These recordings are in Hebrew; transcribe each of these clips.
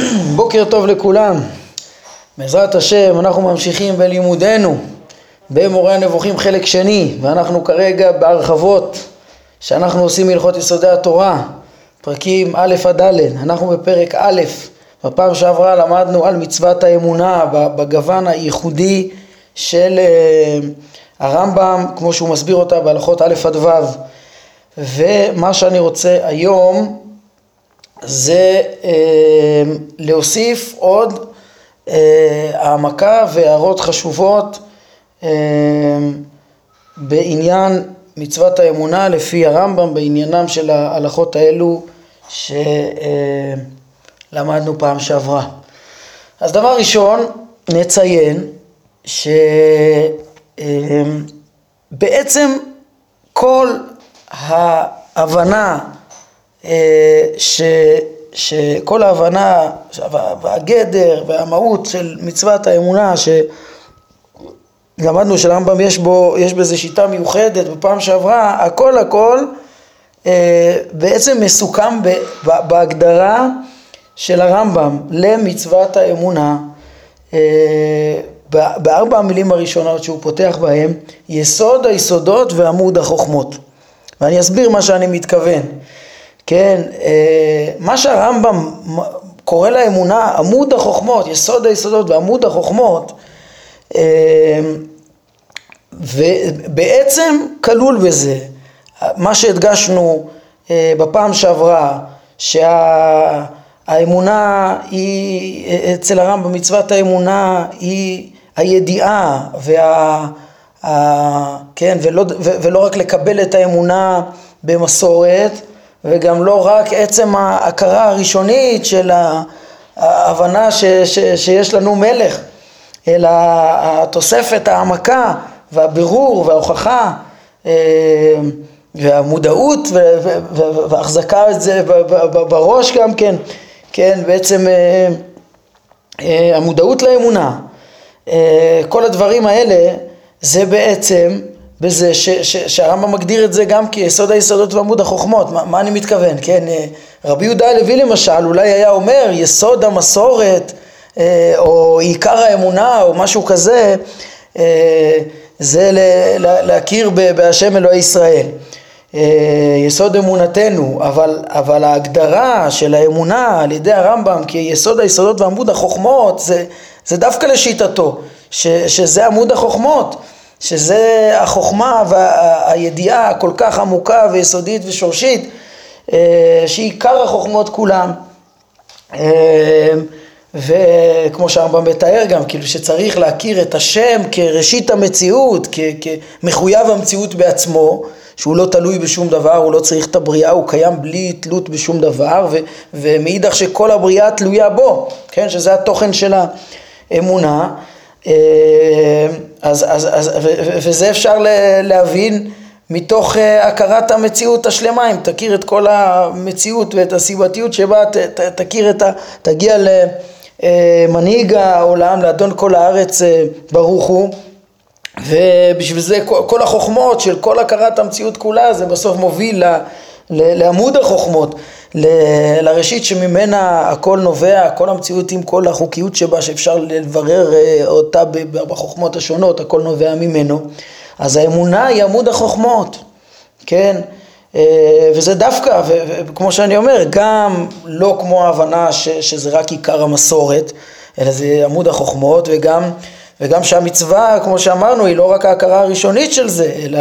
בוקר טוב לכולם. בעזרת השם אנחנו ממשיכים בלימודנו במורה הנבוכים חלק שני, ואנחנו כרגע בהרחבות שאנחנו עושים מהלכות יסודי התורה, פרקים א' עד ד'. אנחנו בפרק א'. בפעם שעברה למדנו על מצוות האמונה בגוון הייחודי של הרמב"ם כמו שהוא מסביר אותה בהלכות א' עד ו'. ומה שאני רוצה היום זה להוסיף עוד העמקה והערות חשובות בעניין מצוות האמונה לפי הרמב"ם, בעניינם של ההלכות האלו שלמדנו פעם שעברה. אז דבר ראשון נציין שבעצם כל ההבנה שכל ההבנה והגדר והמהות של מצוות האמונה שלמדנו שלרמב"ם יש בזה שיטה מיוחדת בפעם שעברה, הכל בעצם מסוכם בהגדרה של הרמב"ם למצוות האמונה בארבע המילים הראשונות שהוא פותח בהם: יסוד היסודות ועמוד החוכמות. ואני אסביר מה שאני מתכוון. כן, מה שהרמב"ם קורא לאמונה עמוד החוכמות, יסוד היסודות ועמוד החוכמות, ובעצם כלול בזה מה שהדגשנו בפעם שעברה, שהאמונה היא אצל הרמב"ם, מצוות האמונה היא הידיעה כן, ולא רק לקבל את האמונה במסורת, וגם לא רק עצם ההכרה הראשונית של ההבנה שיש לנו מלך, אלא התוספת, העמקה והבירור וההוכחה והמודעות והחזקה את זה בראש גם כן, כן, בעצם המודעות לאמונה. כל הדברים האלה זה בעצם בזה שהרמב"ם מגדיר את זה גם כיסוד היסודות ועמוד החוכמות. מה אני מתכוון? כן, רבי יהודה הלוי למשל אולי היה אומר יסוד המסורת או עיקר האמונה או משהו כזה, זה להכיר בהשם אלוהי ישראל, יסוד אמונתנו. אבל ההגדרה של האמונה על ידי הרמב"ם כיסוד היסודות ועמוד החוכמות זה דווקא לשיטתו שזה עמוד החוכמות, שזה החוכמה והידיעה הכל כך עמוקה ויסודית ושורשית, שהיא עיקר החוכמות כולם. וכמו שהרמב"ם מתאר גם, כאילו שצריך להכיר את השם כראשית המציאות, כמחויב המציאות בעצמו, שהוא לא תלוי בשום דבר, הוא לא צריך את הבריאה, הוא קיים בלי תלות בשום דבר, ומאידך שכל הבריאה תלויה בו, כן, שזה התוכן של האמונה. וזה אפשר להבין מתוך הכרת המציאות השלמה. אם תכיר את כל המציאות ואת הסיבתיות שבה תגיע למנהיג העולם, לאדון כל הארץ ברוך הוא, ובשביל זה כל החוכמות של כל הכרת המציאות כולה זה בסוף מוביל לעמוד החוכמות, לראשית שממנה הכל נובע, כל המציאות עם כל החוקיות שבה שאפשר לברר אותה בחוכמות השונות, הכל נובע ממנו. אז האמונה היא עמוד החוכמות, כן? וזה דווקא, וכמו שאני אומר, גם לא כמו ההבנה שזה רק עיקר המסורת, אלא זה עמוד החוכמות, וגם שהמצווה, כמו שאמרנו, היא לא רק ההכרה הראשונית של זה, אלא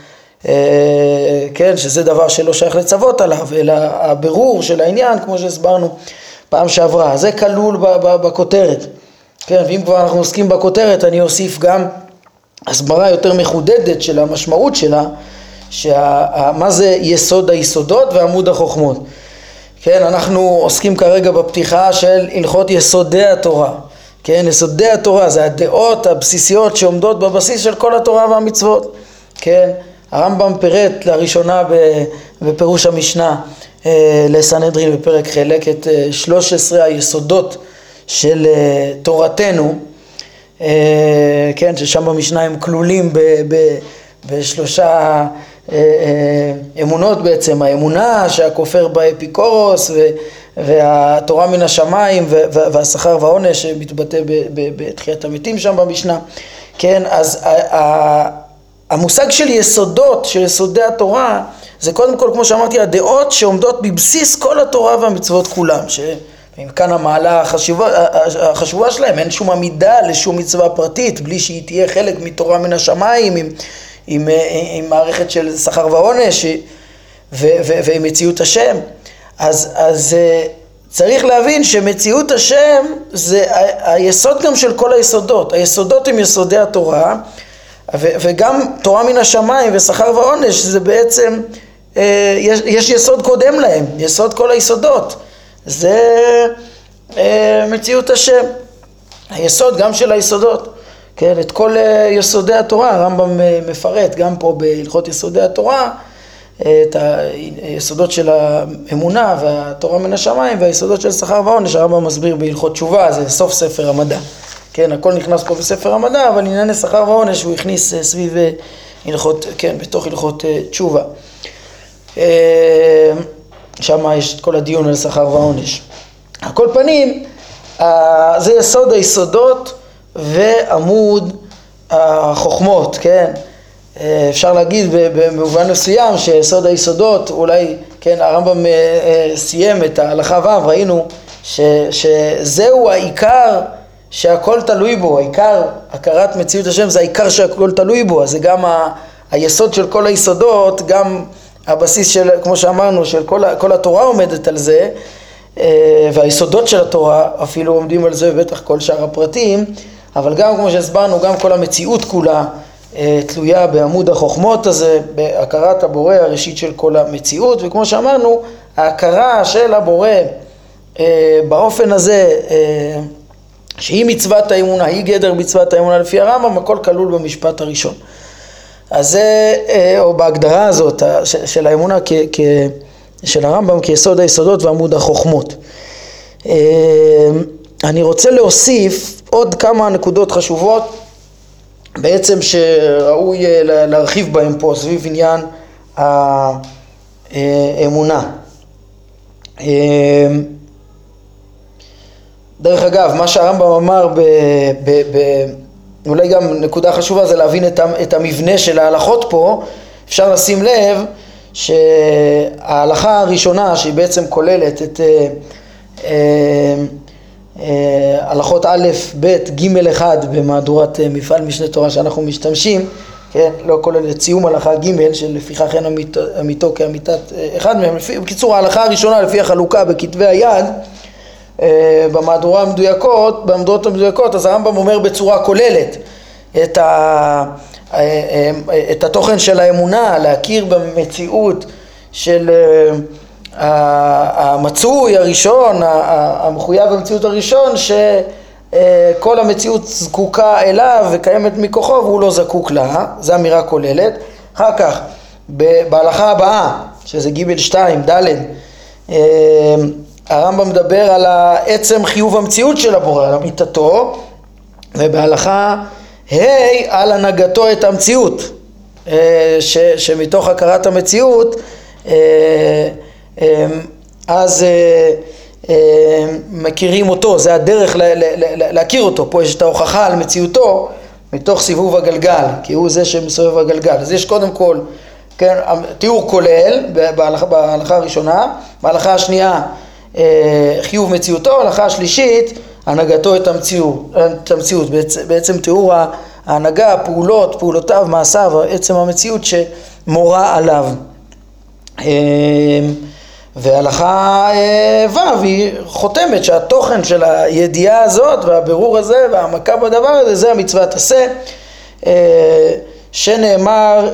כן, שזה דבר שלא שייך לצוות עליו, אלא הבירור של העניין, כמו שהסברנו פעם שעברה. זה כלול בכותרת. כן, ואם כבר אנחנו עוסקים בכותרת, אני אוסיף גם הסברה יותר מחודדת של המשמעות שלה, מה זה יסוד היסודות ועמוד החוכמות. כן, אנחנו עוסקים כרגע בפתיחה של הלכות יסודי התורה. כן, יסודי התורה זה הדעות הבסיסיות שעומדות בבסיס של כל התורה והמצוות. כן, הרמב"ם פירט לראשונה בפירוש המשנה לסנהדרין בפרק חלק את 13 היסודות של תורתנו, כן, ששם במשנה הם כלולים בשלושה אמונות בעצם. האמונה שהכופר באפיקורוס והתורה מן השמיים והשכר והעונש שמתבטא בתחיית המתים שם במשנה. כן, אז המושג של יסודות, של יסודי התורה, זה קודם כל, כמו שאמרתי, הדעות שעומדות בבסיס כל התורה והמצוות כולם, אם כאן המעלה החשובה שלהם, אין שום עמידה לשום מצווה פרטית, בלי שהיא תהיה חלק מתורה מן השמיים, עם מערכת של שכר ועונש, ועם מציאות השם. אז צריך להבין שמציאות השם זה היסוד גם של כל היסודות. היסודות הם יסודי התורה, וגם תורה מן השמיים ושכר ועונש, זה בעצם, יש יסוד קודם להם, יסוד כל היסודות. זה מציאות השם, היסוד גם של היסודות. כן, את כל יסודי התורה, הרמב"ם מפרט גם פה בהלכות יסודי התורה, את היסודות של האמונה והתורה מן השמיים והיסודות של שכר ועונש, הרמב"ם מסביר בהלכות תשובה, זה סוף ספר המדע. כן, הכל נכנס פה בספר המדע, אבל ענייני שכר ועונש הוא הכניס סביב הלכות, כן, בתוך הלכות תשובה. שם יש את כל הדיון על שכר ועונש. על כל פנים, זה יסוד היסודות ועמוד החוכמות, כן? אפשר להגיד במובן מסוים שיסוד היסודות, אולי, כן, הרמב"ם סיים את ההלכה ו', ראינו שזהו העיקר שהכל תלוי בו, העיקר, הכרת מציאות השם זה העיקר שהכל תלוי בו, אז זה גם היסוד של כל היסודות, גם הבסיס של, כמו שאמרנו, של כל התורה עומדת על זה, והיסודות של התורה אפילו עומדים על זה, ובטח כל שאר הפרטים, אבל גם כמו שהסברנו, גם כל המציאות כולה תלויה בעמוד החוכמות הזה, בהכרת הבורא הראשית של כל המציאות, וכמו שאמרנו, ההכרה של הבורא באופן הזה, שהיא מצוות האמונה, היא גדר מצוות האמונה לפי הרמב"ם, הכל כלול במשפט הראשון. אז זה, או בהגדרה הזאת של האמונה של הרמב"ם כיסוד היסודות ועמוד החוכמות. אני רוצה להוסיף עוד כמה נקודות חשובות, בעצם שראוי להרחיב בהם פה סביב עניין האמונה. דרך אגב, מה שהרמב"ם אמר, אולי גם נקודה חשובה זה להבין את המבנה של ההלכות פה. אפשר לשים לב שההלכה הראשונה, שהיא בעצם כוללת את הלכות א', ב', ג' 1 במהדורת מפעל משנה תורה שאנחנו משתמשים, כן? לא כוללת סיום הלכה ג' שלפיכך אין אמיתו כאמיתת אחד מהם. בקיצור, ההלכה הראשונה לפי החלוקה בכתבי היד, במהדורה המדויקות, בעמדות המדויקות, אז הרמב"ם אומר בצורה כוללת את התוכן של האמונה, להכיר במציאות של המצוי הראשון, המחויב במציאות הראשון, שכל המציאות זקוקה אליו וקיימת מכוחו והוא לא זקוק לה, זו אמירה כוללת. אחר כך, בהלכה הבאה, שזה ג' 2, ד', הרמב"ם מדבר על עצם חיוב המציאות של הבורא, על אמיתתו, ובהלכה על הנהגתו את המציאות, שמתוך הכרת המציאות, אז מכירים אותו, זה הדרך להכיר אותו. פה יש את ההוכחה על מציאותו מתוך סיבוב הגלגל, כי הוא זה שמסובב הגלגל. אז יש קודם כל, כן, תיאור כולל בהלכה הראשונה, בהלכה השנייה חיוב מציאותו, ההלכה השלישית הנהגתו את המציאות, בעצם תיאור ההנהגה, הפעולות, פעולותיו, מעשיו, עצם המציאות שמורה עליו. וההלכה ו' היא חותמת שהתוכן של הידיעה הזאת והבירור הזה והעמקה בדבר הזה זה המצוות עשה, שנאמר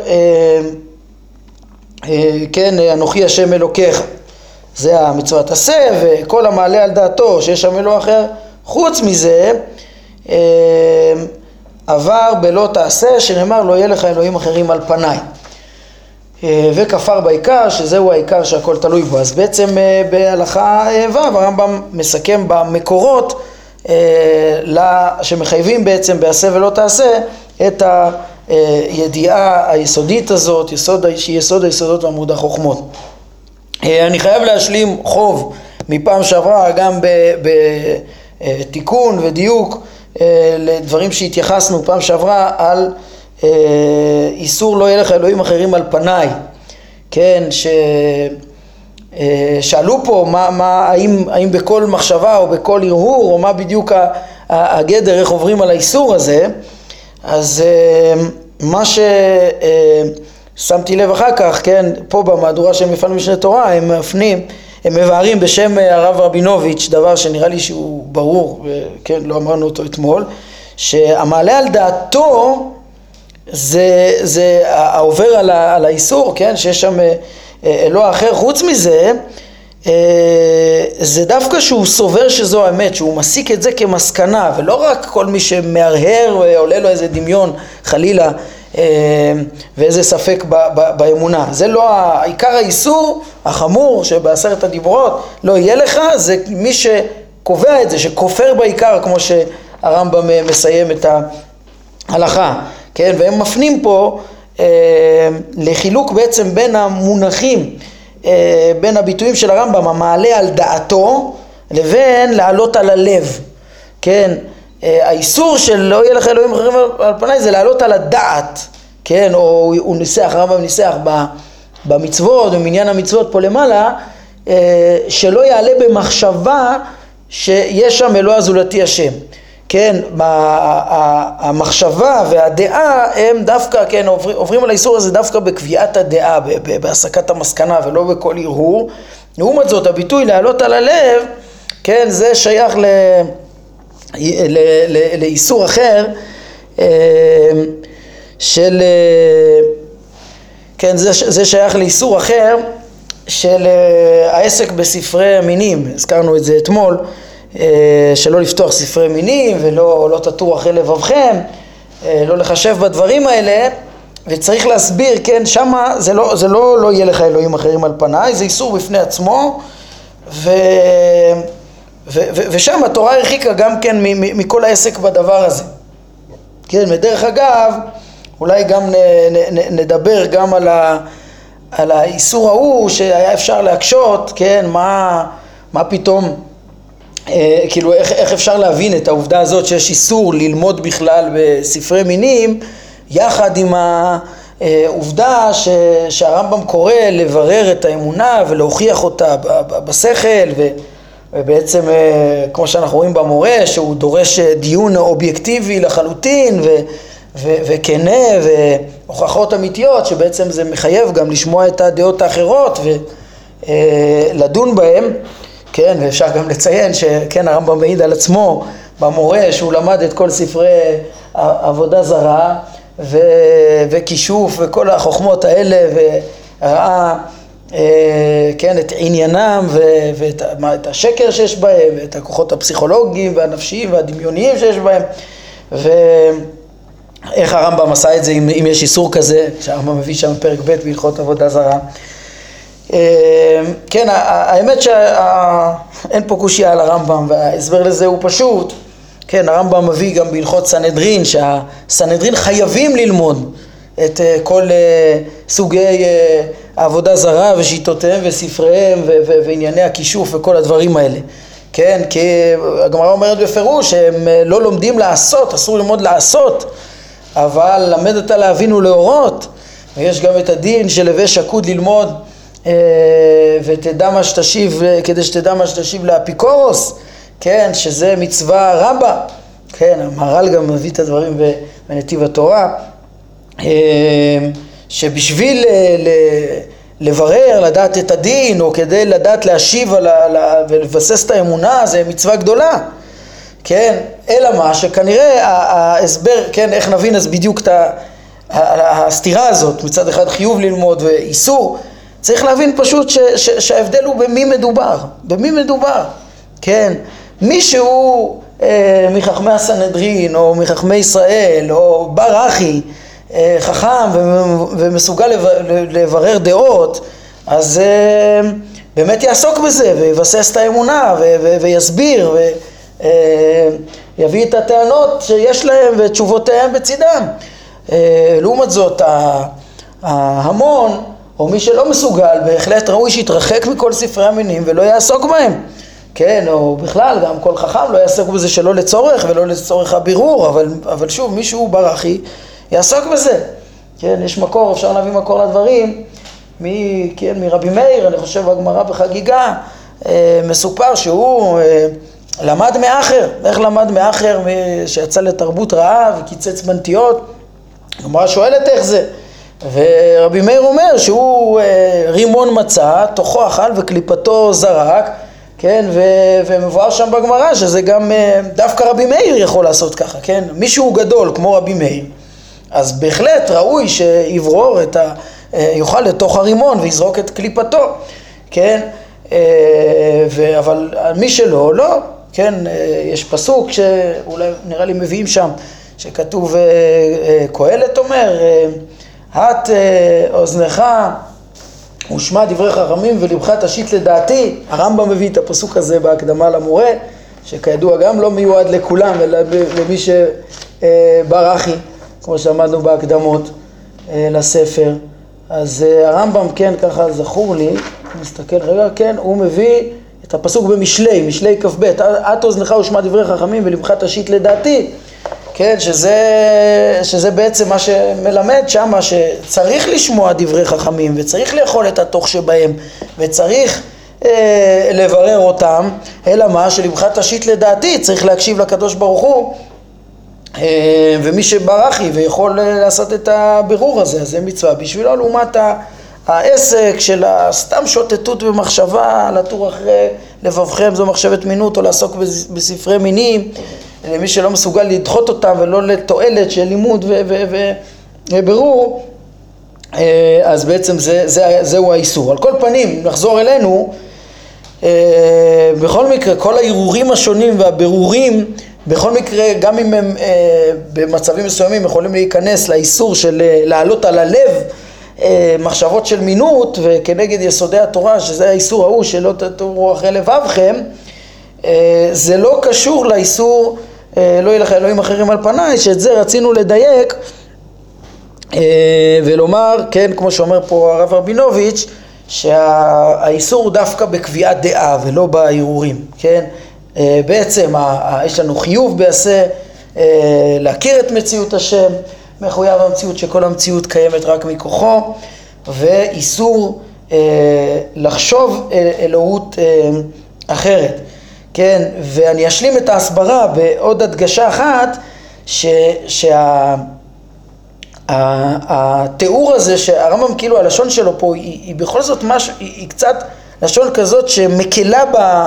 כן, אנוכי השם אלוקיך, זה המצוות עשה, וכל המעלה על דעתו שיש שם אלוה אחר חוץ מזה עבר בלא תעשה, שנאמר לא יהיה לך אלוהים אחרים על פניי, וכפר בעיקר, שזהו העיקר שהכל תלוי בו. אז בעצם בהלכה ו' הרמב"ם מסכם במקורות שמחייבים בעצם בעשה ולא תעשה את הידיעה היסודית הזאת, שהיא יסוד היסודות ועמוד החוכמות. אני חייב להשלים חוב מפעם שעברה גם בתיקון ודיוק לדברים שהתייחסנו פעם שעברה על איסור לא יהיה לך אלוהים אחרים על פניי, כן, שאלו פה האם בכל מחשבה או בכל הרהור או מה בדיוק הגדר, איך עוברים על האיסור הזה. אז מה ששמתי לב אחר כך, כן, פה במהדורה של מפעל משנה תורה הם מבארים בשם הרב רבינוביץ' דבר שנראה לי שהוא ברור, כן, לא אמרנו אותו אתמול, שהמעלה על דעתו זה העובר על האיסור, כן, שיש שם אלוה אחר. חוץ מזה, זה דווקא שהוא סובר שזו האמת, שהוא מסיק את זה כמסקנה, ולא רק כל מי שמהרהר ועולה לו איזה דמיון חלילה ואיזה ספק באמונה. זה לא העיקר האיסור החמור שבעשרת הדיברות לא יהיה לך, זה מי שקובע את זה, שכופר בעיקר, כמו שהרמב"ם מסיים את ההלכה, כן? והם מפנים פה לחילוק בעצם בין המונחים, בין הביטויים של הרמב"ם, המעלה על דעתו לבין לעלות על הלב, כן? האיסור של לא יהיה לך אלוהים אחרים על פניי זה לעלות על הדעת, כן? או הוא ניסח, הרמב"ם ניסח במצוות, במניין המצוות פה למעלה, שלא יעלה במחשבה שיש שם אלוה זולתי השם, כן? המחשבה והדעה הם דווקא, כן, עוברים על האיסור הזה דווקא בקביעת הדעה, בהסקת המסקנה ולא בכל הרהור. לעומת זאת הביטוי לעלות על הלב, כן, זה שייך לאיסור אחר של, כן, זה שייך לאיסור אחר של העסק בספרי המינים. הזכרנו את זה אתמול, שלא לפתוח ספרי מינים ולא תטור אחרי לבבכם, לא לחשב בדברים האלה, וצריך להסביר, כן, שמה זה לא יהיה לך אלוהים אחרים על פניי, זה איסור בפני עצמו, ושם התורה הרחיקה גם כן מכל העסק בדבר הזה. כן, בדרך אגב, אולי גם נדבר גם על האיסור ההוא שהיה אפשר להקשות, כן, מה פתאום, כאילו איך אפשר להבין את העובדה הזאת שיש איסור ללמוד בכלל בספרי מינים, יחד עם העובדה שהרמב"ם קורא לברר את האמונה ולהוכיח אותה בשכל, ובעצם כמו שאנחנו רואים במורה, שהוא דורש דיון אובייקטיבי לחלוטין וכנה והוכחות אמיתיות, שבעצם זה מחייב גם לשמוע את הדעות האחרות ולדון בהם. כן, ואפשר גם לציין שכן, הרמב"ם מעיד על עצמו במורה שהוא למד את כל ספרי עבודה זרה וכישוף וכל החוכמות האלה, וראה, כן, את עניינם ואת השקר שיש בהם ואת הכוחות הפסיכולוגיים והנפשיים והדמיוניים שיש בהם, ואיך הרמב"ם עשה את זה אם יש איסור כזה, שהרמב"ם מביא שם פרק ב' בהלכות עבודה זרה. כן, האמת שאין פה קושיה על הרמב"ם, וההסבר לזה הוא פשוט. כן, הרמב"ם מביא גם בהלכות סנהדרין, שהסנהדרין חייבים ללמוד את כל סוגי העבודה זרה ושיטותיהם וספריהם וענייני הכישוף וכל הדברים האלה. כן, כי הגמרא אומרת בפירוש שהם לא לומדים לעשות, אסור ללמוד לעשות, אבל למד אותה להבין ולהורות. ויש גם את הדין של הווה שקוד ללמוד ותדע מה שתשיב, כדי שתדע מה שתשיב לאפיקורוס, כן, שזה מצווה רבה. כן, המהר"ל גם מביא את הדברים בנתיב התורה, שבשביל לברר, לדעת את הדין, או כדי לדעת להשיב ולבסס את האמונה, זה מצווה גדולה. כן, אלא מה שכנראה ההסבר, כן, איך נבין אז בדיוק את הסתירה הזאת, מצד אחד חיוב ללמוד ואיסור, צריך להבין פשוט שההבדל הוא במי מדובר, כן, מישהו מחכמי הסנהדרין או מחכמי ישראל או בר אחי חכם ומסוגל לברר דעות, אז באמת יעסוק בזה ויבסס את האמונה ויסביר ויביא את הטענות שיש להם ותשובותיהם בצדם. לעומת זאת ההמון או מי שלא מסוגל, בהחלט ראוי שיתרחק מכל ספרי המינים ולא יעסוק בהם. כן, או בכלל גם כל חכם לא יעסוק בזה שלא לצורך ולא לצורך הבירור, אבל שוב, מישהו ברכי יעסוק בזה. כן, יש מקור, אפשר להביא מקור לדברים, כן, מרבי מאיר, אני חושב הגמרא בחגיגה, מסופר שהוא למד מאחר. איך למד מאחר? שיצא לתרבות רעה וקיצץ בנטיות. הגמרא שואלת איך זה. ורבי מאיר אומר שהוא רימון מצא, תוכו אכל וקליפתו זרק, כן, ומבואר שם בגמרא שזה גם דווקא רבי מאיר יכול לעשות ככה, כן, מישהו גדול כמו רבי מאיר, אז בהחלט ראוי שיברור יאכל לתוך הרימון ויזרוק את קליפתו, כן, אבל מי שלא, לא, כן, יש פסוק שאולי נראה לי מביאים שם, שכתוב, קהלת אומר, את אוזנך ושמע דברי חכמים ולבך תשית לדעתי. הרמב"ם מביא את הפסוק הזה בהקדמה למורה, שכידוע גם לא מיועד לכולם, אלא למי שברכי, כמו שאמרנו בהקדמות לספר. אז הרמב"ם, כן, ככה זכור לי, נסתכל רגע, כן, הוא מביא את הפסוק במשלי, משלי כ"ב, את אוזנך ושמע דברי חכמים ולבך תשית לדעתי. כן, שזה בעצם מה שמלמד שמה שצריך לשמוע דברי חכמים וצריך לאכול את התוך שבהם וצריך לברר אותם, אלא מה שלבך תשית לדעתי, צריך להקשיב לקדוש ברוך הוא, ומי שברכי ויכול לעשות את הבירור הזה, זה מצווה בשבילו, לעומת העסק של סתם שוטטות ומחשבה, לתור אחרי לבבכם זו מחשבת מינות, או לעסוק בספרי מינים, למי שלא מסוגל לדחות אותם ולא לתועלת של לימוד ובירור, אז בעצם זהו האיסור. על כל פנים, נחזור אלינו, בכל מקרה, כל הערעורים השונים והבירורים, בכל מקרה, גם אם הם במצבים מסוימים יכולים להיכנס לאיסור של לעלות על הלב, מחשבות של מינות וכנגד יסודי התורה, שזה האיסור ההוא שלא תתורו אחרי לבבכם, זה לא קשור לאיסור לא יהיה לך אלוהים אחרים על פניי, שאת זה רצינו לדייק ולומר, כן, כמו שאומר פה הרב רבינוביץ', שהאיסור הוא דווקא בקביעת דעה ולא בערעורים, כן? בעצם יש לנו חיוב בעשה להכיר את מציאות השם, מחויב המציאות שכל המציאות קיימת רק מכוחו, ואיסור לחשוב אלוהות אחרת. כן, ואני אשלים את ההסברה בעוד הדגשה אחת, שהתיאור הזה שהרמב"ם כאילו הלשון שלו פה היא בכל זאת משהו, היא קצת לשון כזאת שמקלה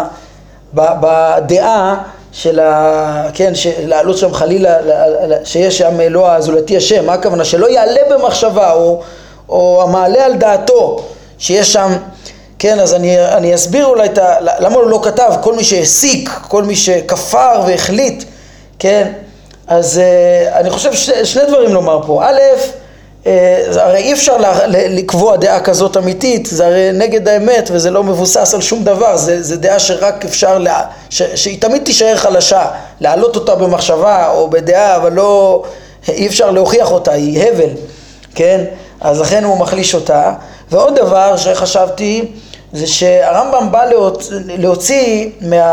בדעה של כן, לעלות שם חלילה שיש שם לא הזולתי השם, מה הכוונה? שלא יעלה במחשבה או המעלה על דעתו שיש שם, כן, אז אני אסביר אולי למה הוא לא כתב כל מי שהסיק, כל מי שכפר והחליט, כן, אז אני חושב שני דברים לומר פה. א', הרי אי אפשר לקבוע דעה כזאת אמיתית, זה הרי נגד האמת וזה לא מבוסס על שום דבר, זה דעה שרק אפשר, שהיא תמיד תישאר חלשה, להעלות אותה במחשבה או בדעה, אבל לא, אי אפשר להוכיח אותה, היא הבל, כן, אז לכן הוא מחליש אותה. ועוד דבר שחשבתי, זה שהרמב"ם בא להוציא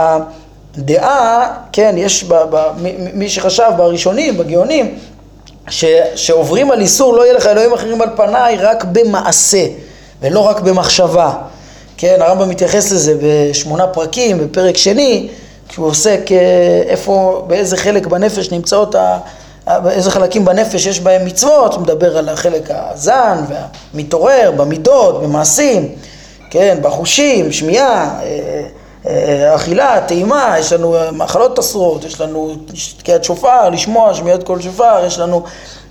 מהדעה, כן, יש מי שחשב בראשונים, בגאונים, שעוברים על איסור לא יהיה לך אלוהים אחרים על פניי רק במעשה ולא רק במחשבה. כן, הרמב"ם מתייחס לזה ב8 פרקים, בפרק שני, כשהוא עוסק איפה, באיזה חלק בנפש נמצאות, איזה חלקים בנפש יש בהם מצוות, הוא מדבר על החלק הזן והמתעורר, במידות, במעשים, כן, בחושים, שמיעה, אכילה, טעימה, יש לנו מאכלות אסורות, יש לנו תקיעת שופר, לשמוע, שמיעת כל שופר, יש לנו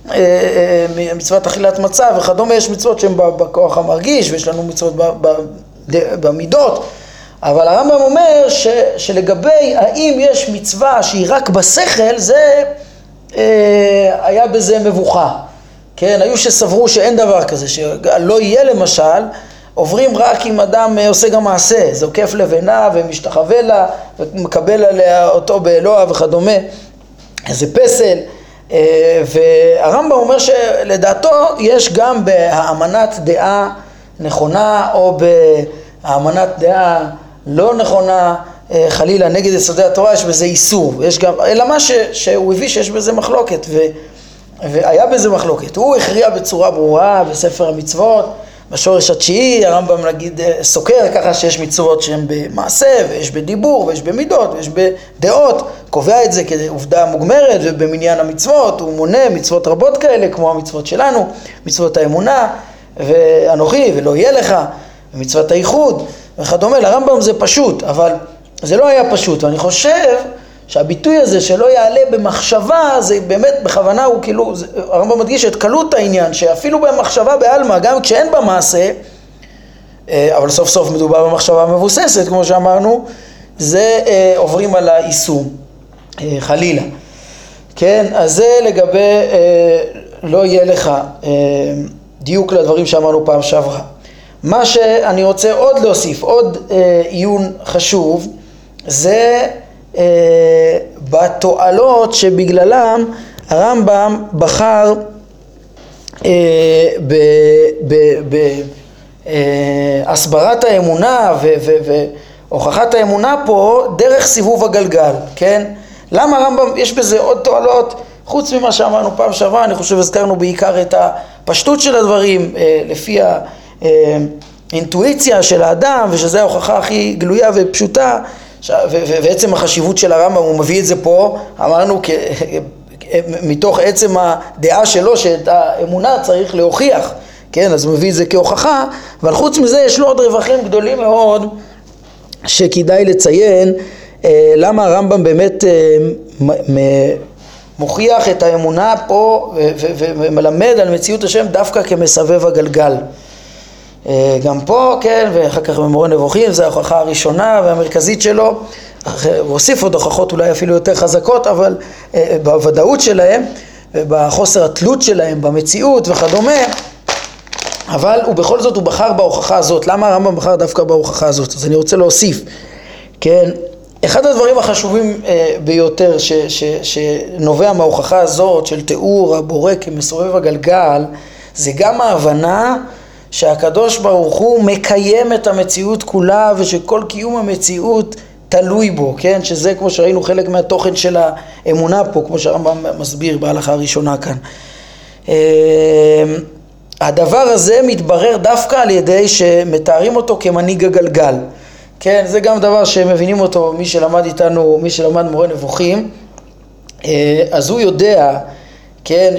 מצוות אכילת מצה וכדומה, יש מצוות שהן בכוח המרגיש, ויש לנו מצוות במידות, אבל הרמב"ם אומר שלגבי האם יש מצווה שהיא רק בשכל, זה היה בזה מבוכה, כן, היו שסברו שאין דבר כזה, שלא יהיה למשל, עוברים רק אם אדם עושה גם מעשה, זוקף לבנה ומשתחווה לה ומקבל עליה אותו באלוה וכדומה, זה פסל. והרמב"ם אומר שלדעתו יש גם בהאמנת דעה נכונה או בהאמנת דעה לא נכונה חלילה נגד יסודי התורה, יש בזה איסור, יש גם, אלא מה שהוא הביא שיש בזה מחלוקת, והיה בזה מחלוקת. הוא הכריע בצורה ברורה בספר המצוות, בשורש התשיעי, הרמב"ם נגיד סוקר ככה שיש מצוות שהן במעשה, ויש בדיבור, ויש במידות, ויש בדעות, קובע את זה כעובדה מוגמרת, ובמניין המצוות הוא מונה מצוות רבות כאלה, כמו המצוות שלנו, מצוות האמונה, ואנוכי, ולא יהיה לך, ומצוות הייחוד, וכדומה. לרמב"ם זה פשוט, אבל זה לא היה פשוט, ואני חושב שהביטוי הזה שלא יעלה במחשבה, זה באמת בכוונה הוא כאילו, הרמב"ם מדגיש את קלות העניין, שאפילו במחשבה בעלמא, גם כשאין בה מעשה, אבל סוף סוף מדובר במחשבה מבוססת, כמו שאמרנו, זה עוברים על האיסור, חלילה. כן, אז זה לגבי לא יהיה לך דיוק לדברים שאמרנו פעם שעברה. מה שאני רוצה עוד להוסיף, עוד עיון חשוב, זה בתועלות שבגללם הרמב"ם בחר בהסברת האמונה והוכחת האמונה פה דרך סיבוב הגלגל, כן? למה הרמב"ם, יש בזה עוד תועלות, חוץ ממה שאמרנו פעם שעברה, אני חושב הזכרנו בעיקר את הפשטות של הדברים, לפי האינטואיציה של האדם, ושזה ההוכחה הכי גלויה ופשוטה, ועצם החשיבות של הרמב"ם, הוא מביא את זה פה, אמרנו, מתוך עצם הדעה שלו שאת האמונה צריך להוכיח, כן, אז הוא מביא את זה כהוכחה, אבל חוץ מזה יש לו עוד רווחים גדולים מאוד, שכדאי לציין, למה הרמב"ם באמת מוכיח את האמונה פה, ומלמד על מציאות השם דווקא כמסבב הגלגל. גם פה, כן, ואחר כך במורה נבוכים, זה ההוכחה הראשונה והמרכזית שלו, הוא הוסיף עוד הוכחות אולי אפילו יותר חזקות, אבל בוודאות שלהם, ובחוסר התלות שלהם, במציאות וכדומה, אבל בכל זאת הוא בחר בהוכחה הזאת. למה הרמב"ם בחר דווקא בהוכחה הזאת? אז אני רוצה להוסיף, כן, אחד הדברים החשובים ביותר שנובע מההוכחה הזאת של תיאור הבורא כמסובב הגלגל, זה גם ההבנה שהקדוש ברוך הוא מקיים את המציאות כולה, ושכל קיום המציאות תלוי בו, כן? שזה כמו שראינו חלק מהתוכן של האמונה פה, כמו שהרמב"ם מסביר בהלכה הראשונה כאן. הדבר הזה מתברר דווקא על ידי שמתארים אותו כמנהיג הגלגל. כן, זה גם דבר שמבינים אותו מי שלמד איתנו, מי שלמד מורה נבוכים, אז הוא יודע, כן,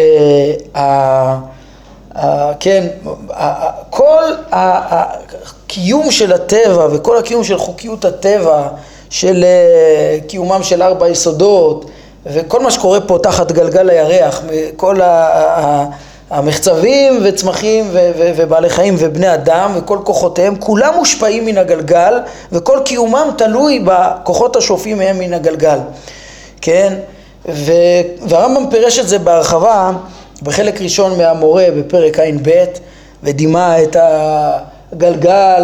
כן, כל הקיום של הטבע וכל הקיום של חוקיות הטבע, של קיומם של 4 יסודות, וכל מה שקורה פה תחת גלגל הירח, כל המחצבים וצמחים ובעלי חיים ובני אדם וכל כוחותיהם, כולם מושפעים מן הגלגל, וכל קיומם תלוי בכוחות השופעים מהם מן הגלגל, כן? והרמב"ם פירש את זה בהרחבה בחלק ראשון מהמורה בפרק ע"ב, ודימה את הגלגל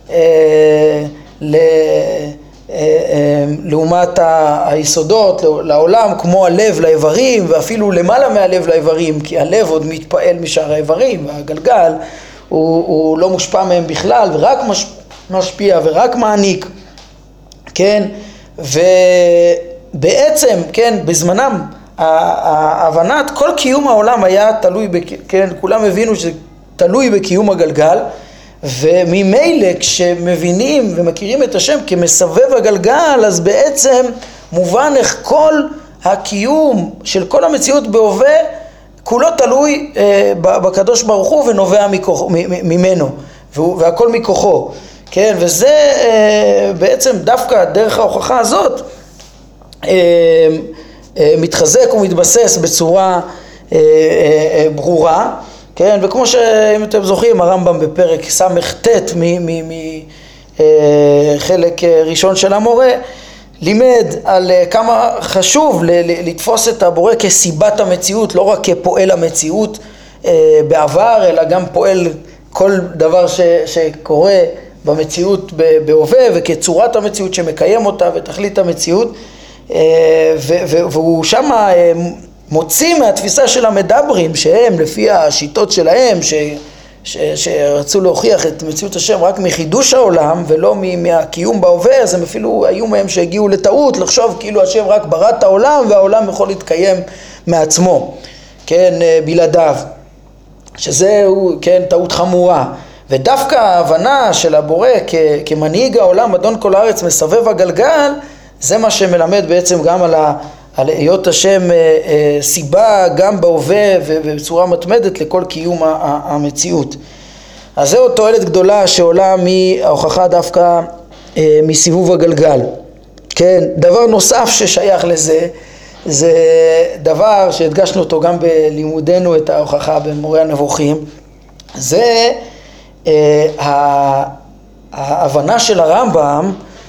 לעומת היסודות לעולם, כמו הלב לאיברים, ואפילו למעלה מהלב לאיברים, כי הלב עוד מתפעל משאר האיברים, והגלגל הוא לא מושפע מהם בכלל, ורק משפיע ורק מעניק, כן? ובעצם, כן, בזמנם ההבנת כל קיום העולם היה תלוי, כן, כולם הבינו שזה תלוי בקיום הגלגל, וממילא כשמבינים ומכירים את השם כמסבב הגלגל, אז בעצם מובן איך כל הקיום של כל המציאות בהווה כולו תלוי בקדוש ברוך הוא ונובע ממנו, והכל מכוחו, כן? וזה בעצם דווקא דרך ההוכחה הזאת מתחזק ומתבסס בצורה ברורה, כן? וכמו שאם אתם זוכרים, הרמב"ם בפרק ס"ט מחלק ראשון של המורה לימד על כמה חשוב לתפוס את הבורא כסיבת המציאות, לא רק כפועל המציאות בעבר, אלא גם פועל כל דבר שקורה במציאות בהווה, וכצורת המציאות שמקיים אותה ותכלית המציאות. והוא שם מוציא מהתפיסה של המדברים, שהם לפי השיטות שלהם, שרצו להוכיח את מציאות השם רק מחידוש העולם ולא מהקיום בהווה, אז הם אפילו היו מהם שהגיעו לטעות לחשוב כאילו השם רק ברא את העולם והעולם יכול להתקיים מעצמו, כן, בלעדיו, שזה כן, טעות חמורה. ודווקא ההבנה של הבורא כמנהיג העולם, אדון כל הארץ, מסבב הגלגל, זה מה שמלמד בעצם גם על היות השם סיבה גם בהווה ובצורה מתמדת לכל קיום המציאות. אז זהו תועלת גדולה שעולה מההוכחה דווקא מסיבוב הגלגל. כן, דבר נוסף ששייך לזה, זה דבר שהדגשנו אותו גם בלימודנו את ההוכחה במורה הנבוכים, זה ההבנה של הרמב"ם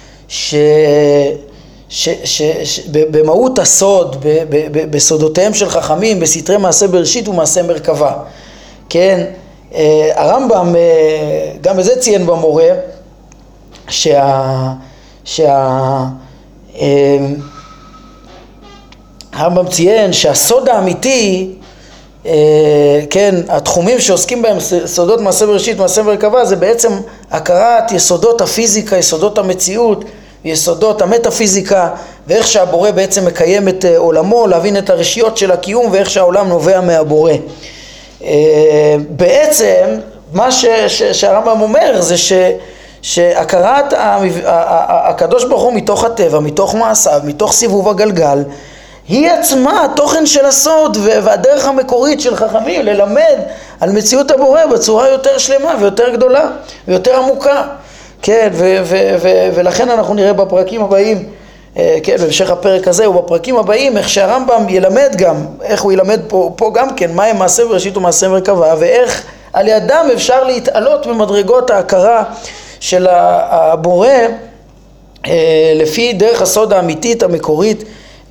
במהות הסוד, בסודותיהם של חכמים, בסתרי מעשה בראשית ומעשה מרכבה. כן, הרמב"ם גם בזה ציין במורה הרמב"ם ציין שהסוד האמיתי, כן, התחומים שעוסקים בהם סודות מעשה בראשית ומעשה מרכבה, זה בעצם הכרת יסודות הפיזיקה, יסודות המציאות, יסודות המטאפיזיקה, ואיך שהבורא בעצם מקיים את עולמו, להבין את הרשיות של הקיום ואיך שהעולם נובע מהבורא. בעצם מה שהרמב"ם אומר זה שהכרת הקדוש ברוך הוא מתוך הטבע, מתוך מעשיו, מתוך סיבוב הגלגל, היא עצמה התוכן של הסוד והדרך המקורית של חכמים ללמד על מציאות הבורא בצורה יותר שלמה ויותר גדולה ויותר עמוקה. כן, ולכן אנחנו נראה בפרקים הבאים, כן, במשך הפרק הזה ובפרקים הבאים, איך שהרמב"ם ילמד גם, איך הוא ילמד פה גם כן, מה הם מעשה בראשית ומעשה מרכבה, ואיך על ידם אפשר להתעלות במדרגות ההכרה של הבורא, לפי דרך הסוד האמיתית המקורית,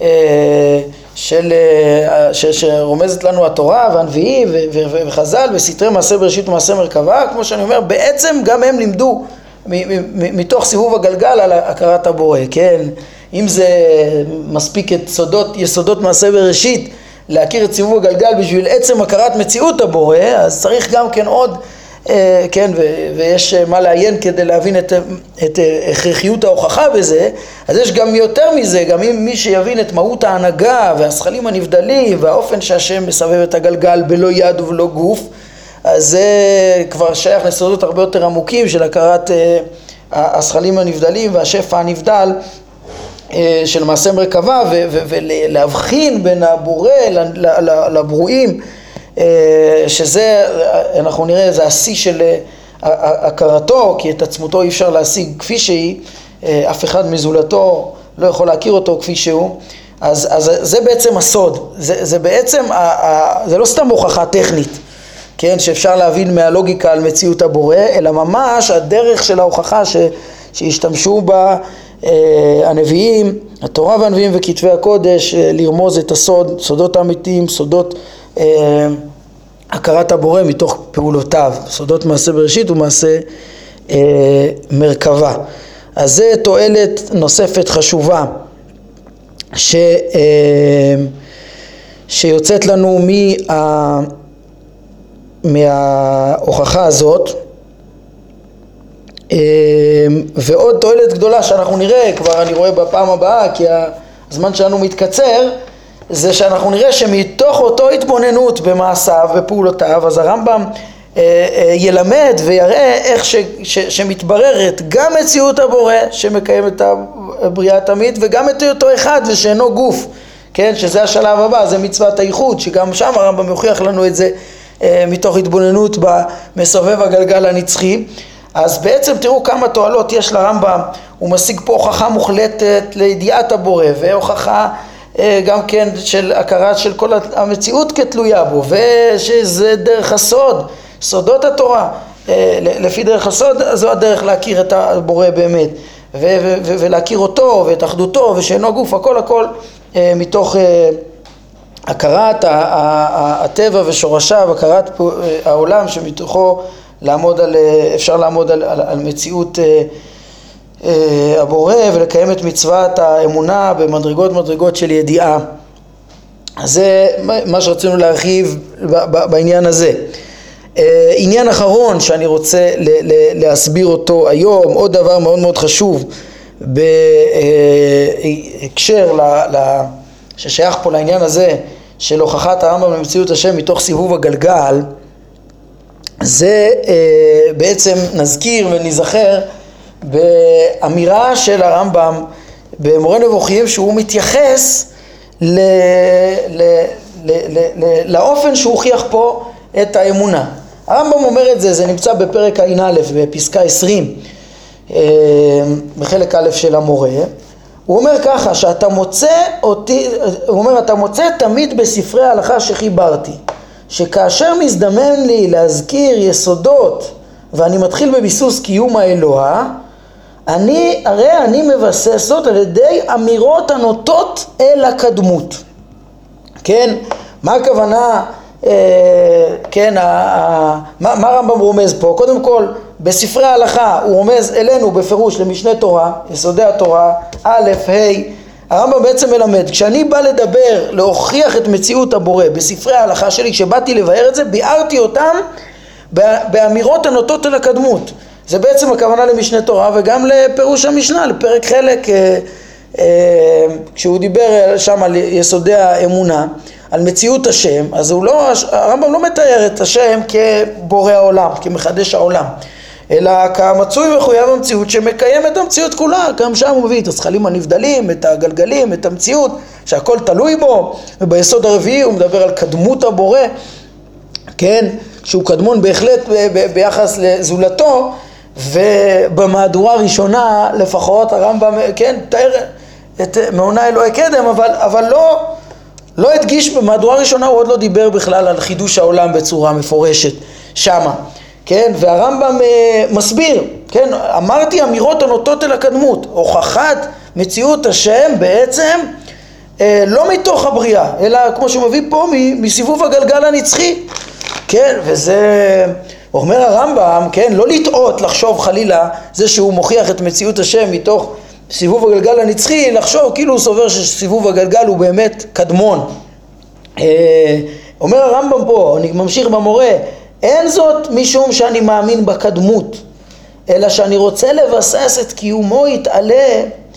שרומזת לנו התורה והנביאים וחז"ל בסתרי מעשה בראשית ומעשה מרכבה. כמו שאני אומר, בעצם גם הם לימדו מתוך סיבוב הגלגל על הכרת הבורא, כן? אם זה מספיק את יסודות מעשה בראשית להכיר את סיבוב הגלגל בשביל עצם הכרת מציאות הבורא, אז צריך גם כן עוד, כן, ויש מה לעיין כדי להבין את הכרחיות ההוכחה בזה. אז יש גם יותר מזה, גם אם מי שיבין את מהות ההנהגה והשכלים הנבדלים והאופן שהשם מסבב את הגלגל בלא יד ובלא גוף, אז זה כבר שייך לסודות הרבה יותר עמוקים של הכרת השכלים הנבדלים והשפע הנבדל של מעשה מרכבה, ולהבחין בין הבורא לברואים, שזה, אנחנו נראה, זה השיא של הכרתו, כי את עצמותו אי אפשר להשיג כפי שהיא, אף אחד מזולתו לא יכול להכיר אותו כפי שהוא. אז זה בעצם הסוד, זה בעצם, זה לא סתם הוכחה טכנית, כן, שאפשר להבין מהלוגיקה על מציאות הבורא, אלא ממש הדרך של ההוכחה שהשתמשו בה הנביאים, התורה והנביאים וכתבי הקודש, לרמוז את הסוד, סודות האמיתיים, סודות הכרת הבורא מתוך פעולותיו, סודות מעשה בראשית ומעשה מרכבה. אז זה תועלת נוספת חשובה שיוצאת לנו מההוכחה הזאת. ועוד תועלת גדולה שאנחנו נראה, כבר אני רואה בפעם הבאה כי הזמן שלנו מתקצר, זה שאנחנו נראה שמתוך אותו התבוננות במעשיו ופעולותיו, אז הרמב"ם ילמד ויראה איך שמתבררת גם מציאות הבורא שמקיים את הבריאה תמיד, וגם את אותו אחד ושאינו גוף, כן, שזה השלב הבא, זה מצוות הייחוד, שגם שם הרמב"ם יוכיח לנו את זה מתוך התבוננות במסובב הגלגל הנצחי. אז בעצם תראו כמה תועלות יש לרמב"ם, הוא משיג פה הוכחה מוחלטת לידיעת הבורא, והוכחה גם כן של הכרה של כל המציאות כתלויה בו, ושזה דרך הסוד, סודות התורה, לפי דרך הסוד זו הדרך להכיר את הבורא באמת, ולהכיר אותו ואת אחדותו ושאינו גוף, הכל מתוך הכרת הטבע ושורשיו, הכרת העולם שמתוכו אפשר לעמוד על מציאות הבורא ולקיים את מצוות האמונה במדרגות של ידיעה. אז זה מה שרצינו להרחיב בעניין הזה. עניין אחרון שאני רוצה להסביר אותו היום, עוד דבר מאוד מאוד חשוב בהקשר ששייך פה לעניין הזה של הוכחת הרמב"ם למציאות השם מתוך סיבוב הגלגל, זה בעצם נזכיר ונזכר באמירה של הרמב"ם במורה נבוכים, שהוא מתייחס לאופן שהוא הוכיח פה את האמונה. הרמב"ם אומר את זה, זה נמצא בפרק ע"א בפסקה 20 בחלק א' של המורה. הוא אומר ככה, שאתה מוצא אותי, הוא אומר, אתה מוצא תמיד בספרי ההלכה שחיברתי, שכאשר מזדמן לי להזכיר יסודות ואני מתחיל בביסוס קיום האלוה, הרי אני מבסס זאת על ידי אמירות הנוטות אל הקדמות. כן, מה הכוונה, כן, מה הרמב"ם רומז פה? קודם כל, בספרי ההלכה הוא רומז אלינו בפירוש למשנה תורה, יסודי התורה, א', ה', הרמב"ם בעצם מלמד, כשאני בא לדבר, להוכיח את מציאות הבורא בספרי ההלכה שלי, כשבאתי לבאר את זה, ביארתי אותם באמירות הנוטות אל הקדמות. זה בעצם הכוונה למשנה תורה וגם לפירוש המשנה, לפרק חלק, כשהוא דיבר שם על יסודי האמונה, על מציאות השם, אז הרמב"ם לא מתאר את השם כבורא העולם, כמחדש העולם, אלא כמצוי מחויב המציאות שמקיים את המציאות כולה. גם שם הוא מביא את הזכלים הנבדלים, את הגלגלים, את המציאות, שהכל תלוי בו. וביסוד הרביעי הוא מדבר על קדמות הבורא, כן, שהוא קדמון בהחלט ביחס לזולתו, ובמהדורה הראשונה לפחות הרמב"ם, כן, תאר את מעונה אלוהי קדם, אבל לא הדגיש, במהדורה הראשונה הוא עוד לא דיבר בכלל על חידוש העולם בצורה מפורשת שמה, כן, והרמב"ם מסביר, כן, אמרתי אמירות הנוטות אל הקדמות, הוכחת מציאות השם בעצם לא מתוך הבריאה, אלא כמו שהוא מביא פה מסיבוב הגלגל הנצחי, כן, וזה אומר הרמב"ם, כן, לא לטעות, לחשוב חלילה, זה שהוא מוכיח את מציאות השם מתוך סיבוב הגלגל הנצחי, לחשוב כאילו הוא סובר שסיבוב הגלגל הוא באמת קדמון. אומר הרמב"ם פה, אני ממשיך במורה, אין זאת משום שאני מאמין בקדמות, אלא שאני רוצה לבסס את קיומו יתעלה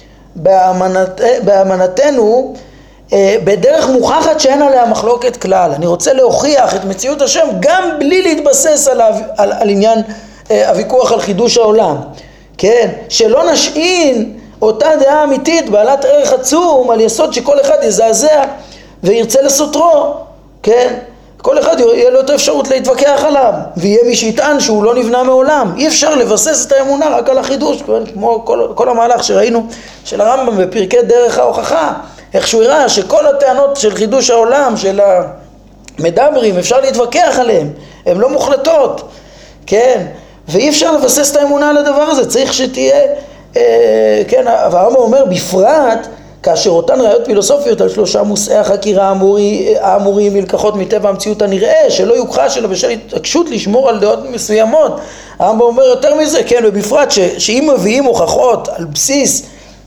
באמנתנו בדרך מוכחת שאין עליה מחלוקת כלל. אני רוצה להוכיח את מציאות השם גם בלי להתבסס על עניין הוויכוח על חידוש העולם, כן, שלא נשעין אותה דעה אמיתית בעלת ערך עצום על יסוד שכל אחד יזעזע וירצה לסותרו, כן, כל אחד יהיה לו את האפשרות להתווכח עליו, ויהיה מי שיטען שהוא לא נבנה מעולם. אי אפשר לבסס את האמונה רק על החידוש, כמו כל המהלך שראינו של הרמב"ם בפרקי דרך ההוכחה, איך שהוא הראה שכל הטענות של חידוש העולם, של המדברים, אפשר להתווכח עליהם, הן לא מוחלטות, כן, ואי אפשר לבסס את האמונה על הדבר הזה, צריך שתהיה, כן, והרמב"ם אומר בפרט, כאשר אותן ראיות פילוסופיות על שלושה מושאי החקירה האמורים מלקחות מטבע המציאות הנראה, שלא יוכחש אלא בשל התעקשות לשמור על דעות מסוימות. הרמב"ם אומר יותר מזה, כן, ובפרט שאם מביאים הוכחות על בסיס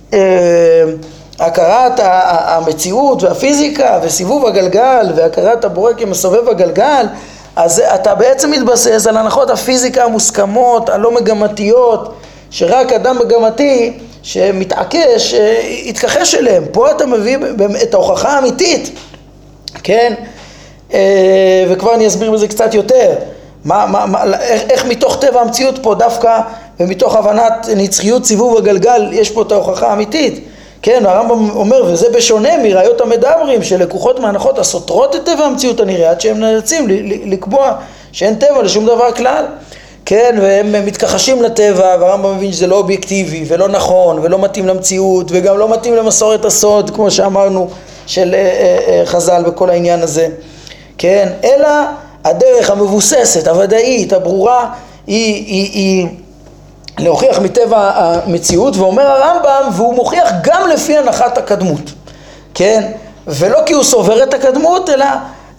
הכרת המציאות והפיזיקה וסיבוב הגלגל והכרת הבורא כמסובב הגלגל, אז אתה בעצם מתבסס על הנחות הפיזיקה המוסכמות, הלא מגמתיות, שרק אדם מגמתי שמתעקש, יתכחש אליהם. פה אתה מביא את ההוכחה האמיתית, כן? וכבר אני אסביר בזה קצת יותר. איך מתוך טבע המציאות פה דווקא, ומתוך הבנת נצחיות סיבוב הגלגל, יש פה את ההוכחה האמיתית. כן, הרמב"ם אומר, וזה בשונה מראיות המדברים שלקוחות מהנחות הסותרות את טבע המציאות הנראה, עד שהם נאלצים לקבוע שאין טבע לשום דבר כלל. כן, והם מתכחשים לטבע, והרמב"ם מבין שזה לא אובייקטיבי ולא נכון ולא מתאים למציאות וגם לא מתאים למסורת הסוד, כמו שאמרנו, של חז"ל בכל העניין הזה. כן, אלא הדרך המבוססת, הוודאית, הברורה, היא להוכיח מטבע המציאות, ואומר הרמב"ם, והוא מוכיח גם לפי הנחת הקדמות. כן, ולא כי הוא סובר את הקדמות, אלא,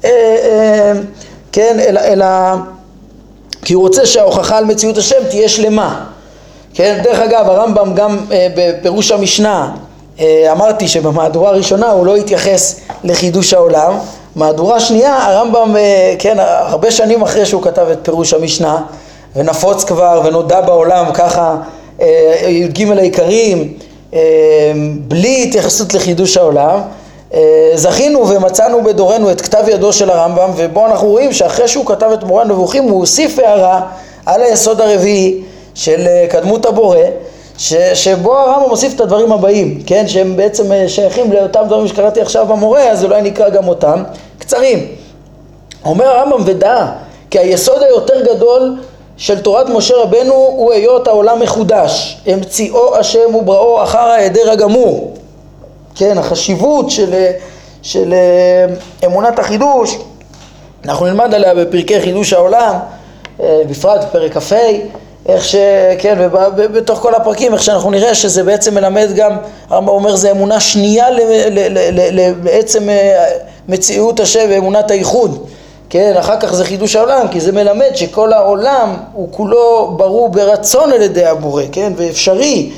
כן, אלא כי הוא רוצה שההוכחה על מציאות השם תהיה שלמה. כן, דרך אגב, הרמב"ם גם בפירוש המשנה, אמרתי שבמהדורה הראשונה הוא לא התייחס לחידוש העולם, מהדורה שנייה, הרמב"ם, כן, הרבה שנים אחרי שהוא כתב את פירוש המשנה, ונפוץ כבר ונודע בעולם ככה, י"ג העיקרים, בלי התייחסות לחידוש העולם, זכינו ומצאנו בדורנו את כתב ידו של הרמב"ם, ובו אנחנו רואים שאחרי שהוא כתב את מורה נבוכים הוא הוסיף הערה על היסוד הרביעי של קדמות הבורא, שבו הרמב"ם מוסיף את הדברים הבאים, כן, שהם בעצם שייכים לאותם דברים שקראתי עכשיו במורה, אז אולי נקרא גם אותם קצרים. אומר הרמב"ם ודע כי היסוד היותר גדול של תורת משה רבנו הוא היות העולם מחודש, המציאו השם ובראו אחר ההיעדר הגמור. כן, החשיבות של אמונת החידוש, אנחנו נלמד עליה בפרקי חידוש העולם, בפרט בפרק כ"ה, איך כן, ובתוך כל הפרקים, איך שאנחנו נראה שזה בעצם מלמד גם, הרמב"ם אומר זה אמונה שנייה בעצם מציאות השם ואמונת הייחוד. כן, אחר כך זה חידוש העולם, כי זה מלמד שכל העולם הוא כולו ברור ברצון על ידי הבורא, כן, ואפשרי,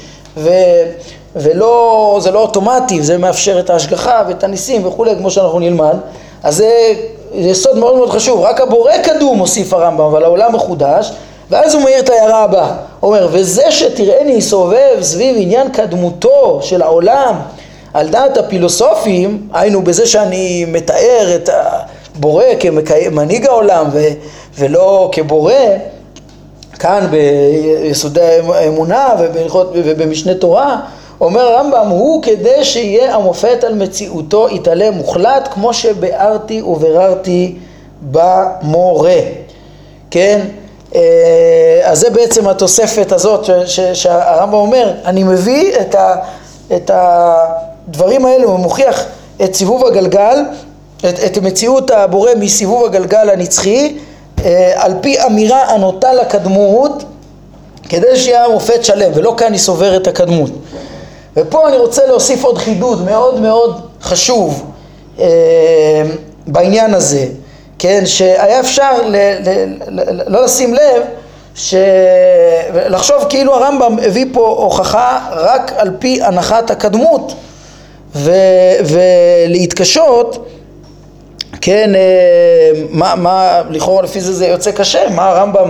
ולא, זה לא אוטומטי, זה מאפשר את ההשגחה ואת הניסים וכו', כמו שאנחנו נלמד. אז זה יסוד מאוד מאוד חשוב, רק הבורא קדום מוסיף הרמב"ם, אבל העולם מחודש, ואז הוא מאיר את ההערה הבאה, הוא אומר, וזה שתראיני סובב סביב עניין קדמותו של העולם, על דעת הפילוסופים, היינו בזה שאני מתאר את הבורא כמנהיג העולם ולא כבורא, כאן ביסודי האמונה ובמשנה תורה, אומר הרמב"ם, הוא כדי שיהיה המופת על מציאותו יתעלה מוחלט, כמו שביארתי ובררתי במורה. כן? אז זה בעצם התוספת הזאת שהרמב"ם אומר, אני מביא את הדברים האלה ומוכיח את סיבוב הגלגל, את מציאות הבורא מסיבוב הגלגל הנצחי, על פי אמירה הנוטה לקדמות, כדי שיהיה מופת שלם, ולא כאן היא סובר את הקדמות. ופה אני רוצה להוסיף עוד חידוד מאוד מאוד חשוב בעניין הזה, כן, שהיה אפשר לא לשים לב, לחשוב כאילו הרמב"ם הביא פה הוכחה רק על פי הנחת הקדמות, ולהתקשות, כן, מה לכאורה לפי זה יוצא קשה, מה הרמב"ם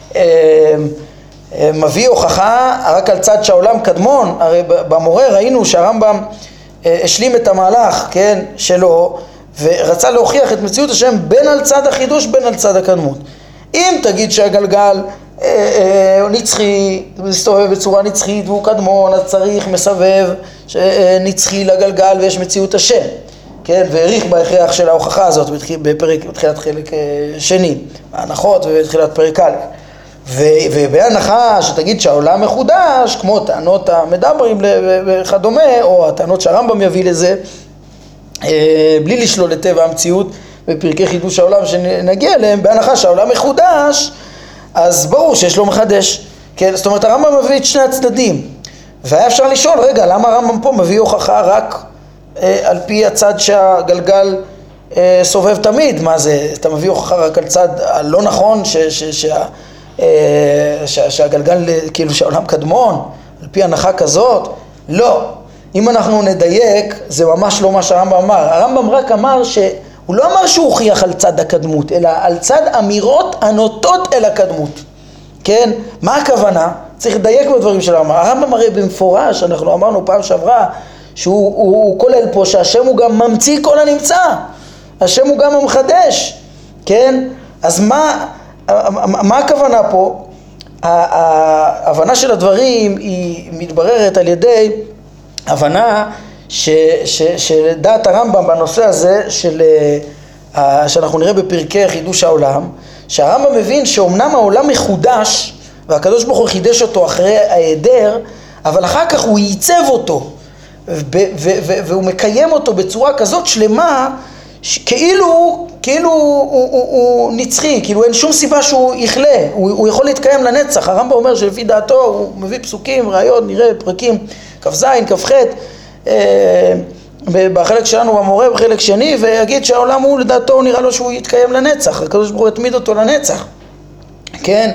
מביא הוכחה רק על צד שהעולם קדמון. הרי במורה ראינו שהרמב"ם השלים את המהלך, כן, שלו, ורצה להוכיח את מציאות השם בין על צד החידוש בין על צד הקדמות. אם תגיד שהגלגל נצחי, מסתובב בצורה נצחית והוא קדמון, אז צריך מסבב נצחי לגלגל ויש מציאות השם, כן, והעריך בהכרח של ההוכחה הזאת בתחילת חלק שני, ההנחות ובתחילת פרק א', ובהנחה שתגיד שהעולם מחודש, כמו טענות המדברים וכדומה, או הטענות שהרמב"ם יביא לזה, בלי לשלול את טבע המציאות בפרקי חידוש העולם שנגיע אליהם, בהנחה שהעולם מחודש, אז ברור שיש לו מחדש, כן? זאת אומרת הרמב"ם מביא את שני הצדדים, והיה אפשר לשאול, רגע, למה הרמב"ם פה מביא הוכחה רק על פי הצד שהגלגל סובב תמיד? מה זה, אתה מביא הוכחה רק על צד הלא נכון שהגלגל כאילו שהעולם קדמון, על פי הנחה כזאת? לא. אם אנחנו נדייק, זה ממש לא מה שהרמב"ם אמר. הרמב"ם רק אמר הוא לא אמר שהוא הוכיח על צד הקדמות, אלא על צד אמירות הנוטות אל הקדמות. כן? מה הכוונה? צריך לדייק בדברים של הרמב"ם. הרמב"ם הרי במפורש, אנחנו אמרנו פעם שעברה, שהוא כולל פה שהשם הוא גם ממציא כל הנמצא. השם הוא גם המחדש. כן? אז מה הכוונה פה? ההבנה של הדברים היא מתבררת על ידי הבנה שדעת הרמב"ם בנושא הזה שאנחנו נראה בפרקי חידוש העולם, שהרמב"ם מבין שאומנם העולם מחודש והקדוש ברוך הוא חידש אותו אחרי ההיעדר, אבל אחר כך הוא ייצב אותו והוא מקיים אותו בצורה כזאת שלמה, כאילו הוא נצחי, כאילו אין שום סיבה שהוא יחלה, הוא יכול להתקיים לנצח. הרמב"ם אומר שלפי דעתו הוא מביא פסוקים, ראיות, נראה פרקים כ"ז, כ"ח, בחלק שלנו במורה, בחלק שני, ויגיד שהעולם הוא לדעתו, הוא נראה לו שהוא יתקיים לנצח, הקדוש ברוך הוא יתמיד אותו לנצח, כן?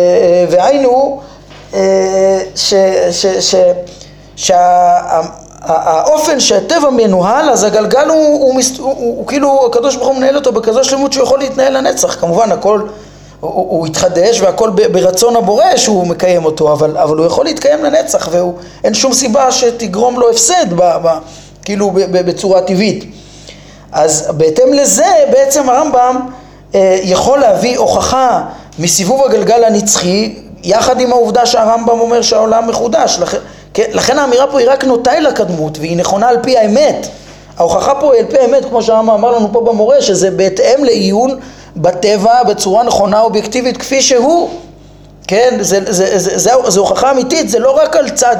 והיינו האופן שהטבע מנוהל, אז הגלגל הוא כאילו, הקדוש ברוך הוא מנהל אותו בכזו שלמות שהוא יכול להתנהל לנצח. כמובן הכל, הוא יתחדש והכל ברצון הבורא שהוא מקיים אותו, אבל הוא יכול להתקיים לנצח, ואין שום סיבה שתגרום לו הפסד כאילו בצורה טבעית. אז בהתאם לזה בעצם הרמב"ם יכול להביא הוכחה מסיבוב הגלגל הנצחי, יחד עם העובדה שהרמב"ם אומר שהעולם מחודש. לכן האמירה פה היא רק נוטה לקדמות, והיא נכונה על פי האמת. ההוכחה פה היא על פי האמת, כמו שהרמב"ם אמר לנו פה במורה, שזה בהתאם לעיון בטבע בצורה נכונה אובייקטיבית כפי שהוא. כן, זה הוכחה אמיתית, זה לא רק על צד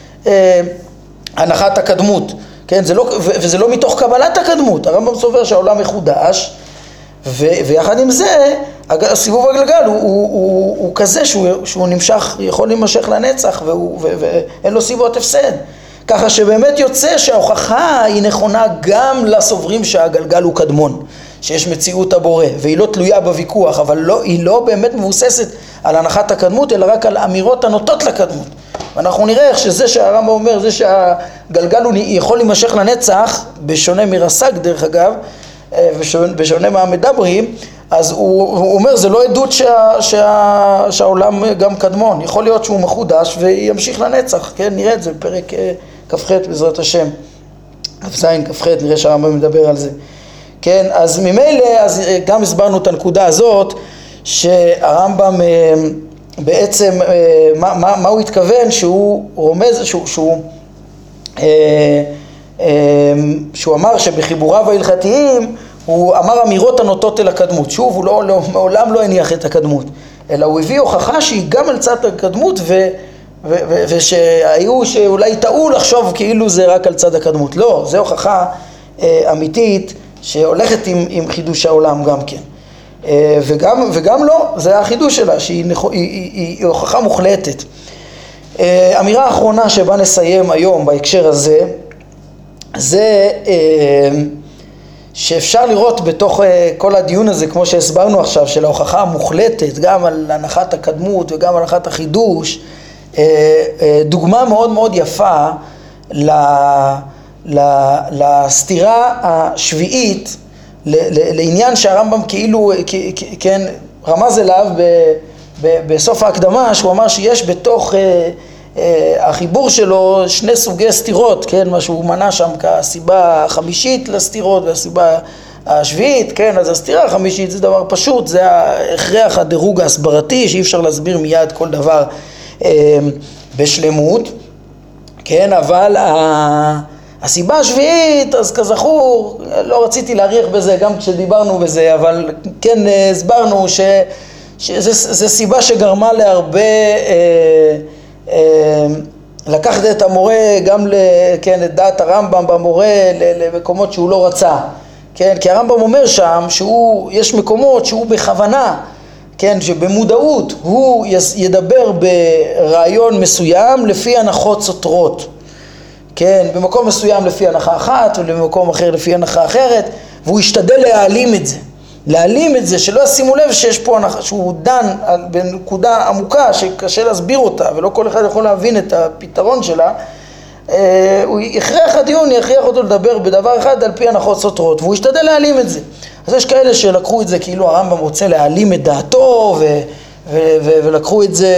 הנחת הקדמות. כן, וזה לא מתוך קבלת הקדמות. הרמב"ם סובר שהעולם מחודש, ויחד עם זה, סיבוב הגלגל הוא כזה שהוא נמשך, יכול להימשך לנצח, ואין לו סיבות הפסד. ככה שבאמת יוצא שההוכחה היא נכונה גם לסוברים שהגלגל הוא קדמון, שיש מציאות הבורא, והיא לא תלויה בוויכוח, אבל היא לא באמת מבוססת על הנחת הקדמות, אלא רק על אמירות הנוטות לקדמות. ואנחנו נראה איך שזה שהרמב"ם אומר, זה שהגלגל הוא יכול להימשך לנצח, בשונה מרס"ג דרך אגב, בשונה מהמדברים, אז הוא אומר זה לא עדות שהעולם גם קדמון, יכול להיות שהוא מחודש וימשיך לנצח, כן, נראה את זה בפרק כ"ח בעזרת השם, כ"ז כ"ח, נראה שהרמב"ם מדבר על זה. כן, אז ממילא, אז גם הסברנו את הנקודה הזאת, שהרמב"ם בעצם, מה הוא התכוון, שהוא רומז, שהוא אמר שבחיבוריו ההלכתיים הוא אמר אמירות הנוטות אל הקדמות. שוב, הוא מעולם לא הניח את הקדמות, אלא הוא הביא הוכחה שהיא גם על צד הקדמות, ושהיו שאולי טעו לחשוב כאילו זה רק על צד הקדמות. לא, זה הוכחה אמיתית שהולכת עם חידוש העולם גם כן. וגם לא, זה החידוש שלה, שהיא הוכחה מוחלטת. אמירה האחרונה שבה נסיים היום בהקשר הזה, זה שאפשר לראות בתוך כל הדיון הזה, כמו שהסברנו עכשיו, של ההוכחה המוחלטת, גם על הנחת הקדמות וגם על הנחת החידוש, דוגמה מאוד מאוד יפה לסתירה השביעית, לעניין שהרמב"ם כאילו, כן, רמז אליו בסוף ההקדמה, שהוא אמר שיש בתוך החיבור שלו שני סוגי סתירות, כן, מה שהוא מנה שם כסיבה החמישית לסתירות והסיבה השביעית, כן, אז הסתירה החמישית זה דבר פשוט, זה ההכרח הדירוג ההסברתי שאי אפשר להסביר מיד כל דבר בשלמות, כן, אבל הסיבה השביעית, אז כזכור, לא רציתי להאריך בזה גם כשדיברנו בזה, אבל כן הסברנו שזה סיבה שגרמה להרבה לקחת את המורה גם כן, את דעת הרמב"ם במורה למקומות שהוא לא רצה, כן, כי הרמב"ם אומר שם יש מקומות שהוא בכוונה, כן, שבמודעות הוא ידבר ברעיון מסוים לפי הנחות סותרות, כן, במקום מסוים לפי הנחה אחת ובמקום אחר לפי הנחה אחרת, והוא ישתדל להעלים את זה, שלא ישימו לב שיש פה הנחה, שהוא דן בנקודה עמוקה שקשה להסביר אותה ולא כל אחד יכול להבין את הפתרון שלה. הוא יכריח הדיון, יכריח אותו לדבר בדבר אחד על פי הנחות סותרות, והוא ישתדל להעלים את זה. אז יש כאלה שלקחו את זה כאילו הרמב"ם רוצה להעלים את דעתו ולקחו את זה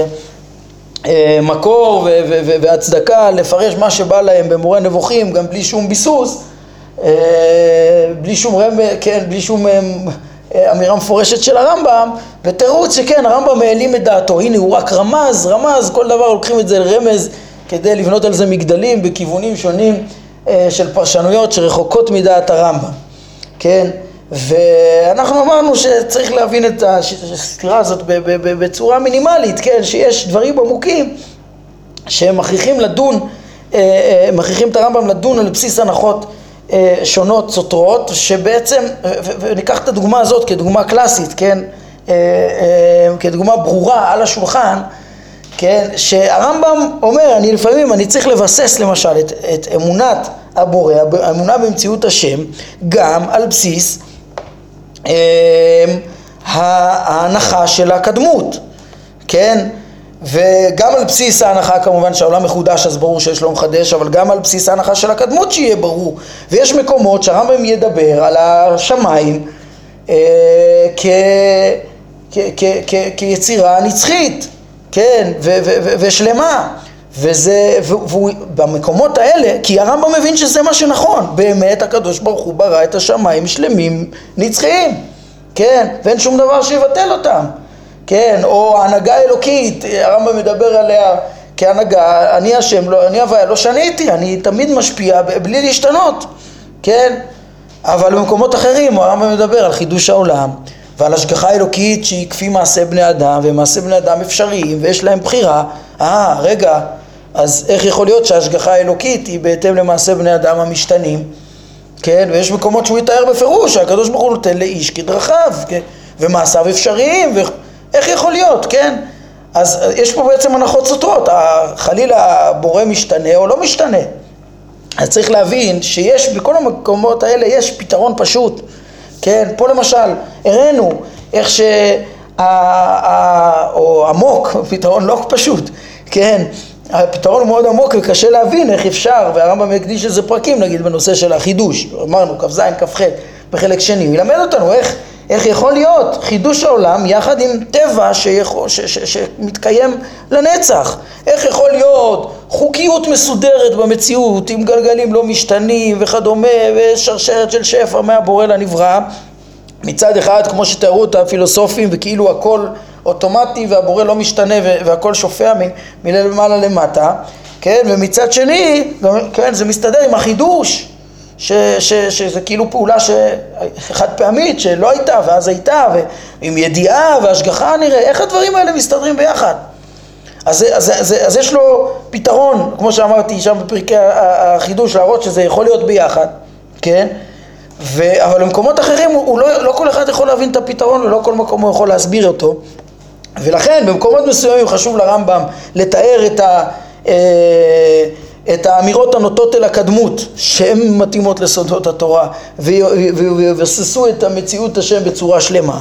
כמקור והצדקה לפרש מה שבא להם במורה נבוכים, גם בלי שום ביסוס, בלי שום כן, בלי שום אמירה מפורשת של הרמב"ם, ותירוץ שכן, הרמב"ם מעלים את דעתו, הנה הוא רק רמז, כל דבר לוקחים את זה לרמז כדי לבנות על זה מגדלים בכיוונים שונים של פרשנויות שרחוקות מדעת הרמב"ם, כן? ואנחנו אמרנו שצריך להבין את הסתירה הזאת בצורה מינימלית, כן? שיש דברים עמוקים שהם מכריחים את הרמב"ם לדון על בסיס הנחות שונות סותרות, שבעצם, וניקח את הדוגמה הזאת כדוגמה קלאסית, כן, כדוגמה ברורה על השולחן, כן, שהרמב"ם אומר, לפעמים אני צריך לבסס למשל את אמונת הבורא, האמונה במציאות השם, גם על בסיס ההנחה של הקדמות, כן, וגם על בסיס ההנחה כמובן שהעולם מחודש אז ברור שיש לו מחדש, אבל גם על בסיס ההנחה של הקדמות שיהיה ברור. ויש מקומות שהרמב"ם ידבר על השמיים כיצירה נצחית, כן, ושלמה, במקומות האלה, כי הרמב"ם מבין שזה מה שנכון, באמת הקדוש ברוך הוא ברא את השמיים שלמים נצחיים, כן, ואין שום דבר שיבטל אותם, כן, או ההנהגה האלוקית, הרמב"ם מדבר עליה כהנהגה, אני השם, אני הוויה, לא שניתי, אני תמיד משפיע בלי להשתנות, כן, אבל במקומות אחרים הרמב"ם מדבר על חידוש העולם ועל השגחה אלוקית שהיא כפי מעשה בני אדם, ומעשה בני אדם אפשריים ויש להם בחירה. רגע, אז איך יכול להיות שההשגחה האלוקית היא בהתאם למעשה בני אדם המשתנים? כן, ויש מקומות שהוא יתאר בפירוש שהקדוש ברוך הוא נותן לאיש כדרכיו, כן? ומעשיו אפשריים, איך יכול להיות, כן? אז יש פה בעצם הנחות סותרות, חלילה הבורא משתנה או לא משתנה. אז צריך להבין שיש בכל המקומות האלה יש פתרון פשוט, כן? פה למשל הראינו איך או עמוק, פתרון לא פשוט, כן? הפתרון מאוד עמוק וקשה להבין איך אפשר, והרמב"ם יקדיש איזה פרקים נגיד בנושא של החידוש, אמרנו כ"ז כ"ח בחלק שני, הוא ילמד אותנו איך יכול להיות חידוש העולם יחד עם טבע שמתקיים לנצח, איך יכול להיות חוקיות מסודרת במציאות עם גלגלים לא משתנים וכדומה ושרשרת של שפע מהבורא לנברא מצד אחד כמו שתיארו את הפילוסופים וכאילו הכל אוטומטי והבורא לא משתנה והכל שופע מלמעלה למטה, כן, ומצד שני כן, זה מסתדר עם החידוש שזה כאילו פעולה חד פעמית שלא הייתה ואז הייתה ועם ידיעה והשגחה נראה איך הדברים האלה מסתדרים ביחד. אז יש לו פתרון כמו שאמרתי שם בפרקי החידוש להראות שזה יכול להיות ביחד, כן, אבל במקומות אחרים הוא לא כל אחד יכול להבין את הפתרון ולא כל מקום הוא יכול להסביר אותו, ולכן במקומות מסוימים חשוב לרמב"ם לתאר את האמירות הנוטות אל הקדמות שהן מתאימות לסודות התורה ויבססו את המציאות השם בצורה שלמה,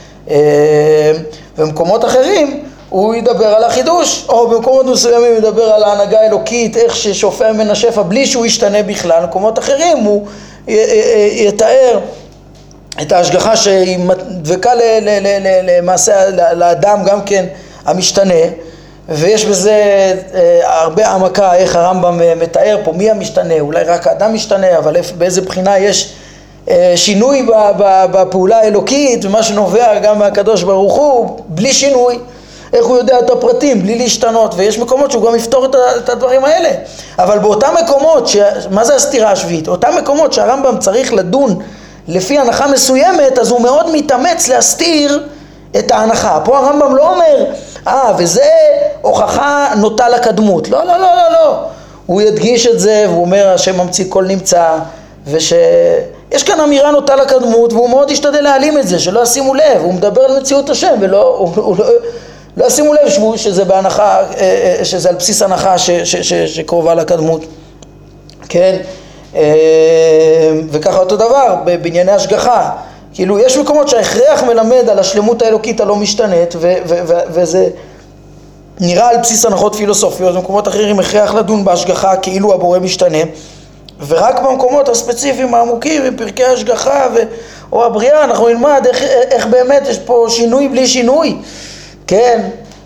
ובמקומות אחרים הוא ידבר על החידוש, או במקומות מסוימים ידבר על ההנהגה האלוקית איך ששופע מן השפע בלי שהוא ישתנה בכלל, במקומות אחרים הוא יתאר את ההשגחה שהיא דבקה למעשה לאדם גם כן המשתנה, ויש בזה הרבה העמקה איך הרמב"ם מתאר פה מי המשתנה, אולי רק האדם משתנה, אבל באיזה בחינה יש שינוי בפעולה האלוקית ומה שנובע גם מהקדוש ברוך הוא בלי שינוי, איך הוא יודע את הפרטים בלי להשתנות, ויש מקומות שהוא גם יפתור את הדברים האלה, אבל באותם מקומות, מה זה הסתירה השביעית? אותם מקומות שהרמב"ם צריך לדון לפי הנחה מסוימת, אז הוא מאוד מתאמץ להסתיר את ההנחה. פה הרמב"ם לא אומר, וזה הוכחה נוטה לקדמות. לא, לא, לא, לא, לא. הוא ידגיש את זה, והוא אומר, השם ממציא כל נמצא, יש כאן אמירה נוטה לקדמות, והוא מאוד ישתדל להעלים את זה, שלא ישימו לב. הוא מדבר על מציאות השם, הוא לא ישימו לב שזה בהנחה, שזה על בסיס הנחה שקרובה לקדמות. כן? וככה אותו דבר בענייני השגחה, כאילו יש מקומות שההכרח מלמד על השלמות האלוקית הלא משתנית וזה נראה על בסיס הנחות פילוסופיות, במקומות אחרים הכרח לדון בהשגחה כאילו הבורא משתנה, ורק במקומות הספציפיים העמוקים בפרקי ההשגחה או הבריאה אנחנו נלמד איך באמת יש פה שינוי בלי שינוי, כן,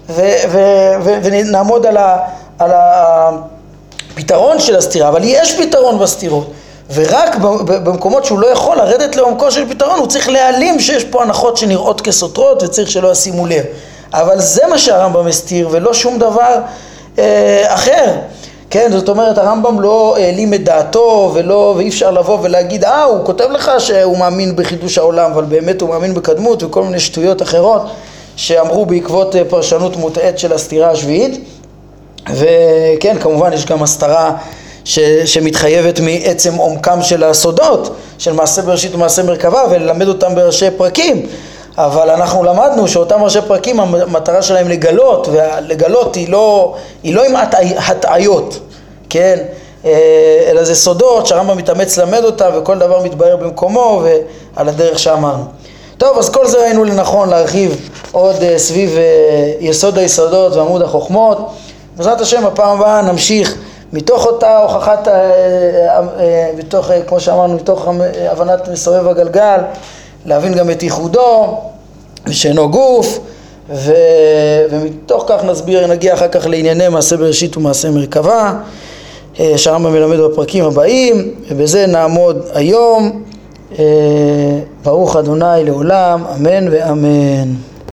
ונעמוד על הפתרון של הסתירה, אבל יש פתרון בסתירות, ורק במקומות שהוא לא יכול לרדת לעומקו של פתרון, הוא צריך להעלים שיש פה הנחות שנראות כסותרות וצריך שלא ישימו לב. אבל זה מה שהרמב"ם מסתיר ולא שום דבר אחר. כן, זאת אומרת, הרמב"ם לא העלים את דעתו ואי אפשר לבוא ולהגיד, הוא כותב לך שהוא מאמין בחידוש העולם, אבל באמת הוא מאמין בקדמות וכל מיני שטויות אחרות שאמרו בעקבות פרשנות מוטעית של הסתירה השביעית. וכן, כמובן יש גם הסתרה שמתחייבת מעצם עומקם של הסודות של מעשה בראשית ומעשה מרכבה וללמד אותם בראשי פרקים, אבל אנחנו למדנו שאותם ראשי פרקים המטרה שלהם לגלות, והלגלות היא לא עם הטעיות, כן, אלא זה סודות שהרמב"ם מתאמץ למד אותם וכל דבר מתבהר במקומו ועל הדרך שאמרנו. טוב, אז כל זה ראינו לנכון להרחיב עוד סביב יסוד היסודות ועמוד החוכמות. בעזרת השם בפעם הבאה נמשיך מתוך אותה הוכחת, מתוך, כמו שאמרנו, מתוך הבנת מסובב הגלגל, להבין גם את ייחודו ושאינו גוף, ומתוך כך נגיע אחר כך לענייני מעשה בראשית ומעשה מרכבה, שהרמב"ם מלמד בפרקים הבאים, ובזה נעמוד היום. ברוך אדוני לעולם, אמן ואמן.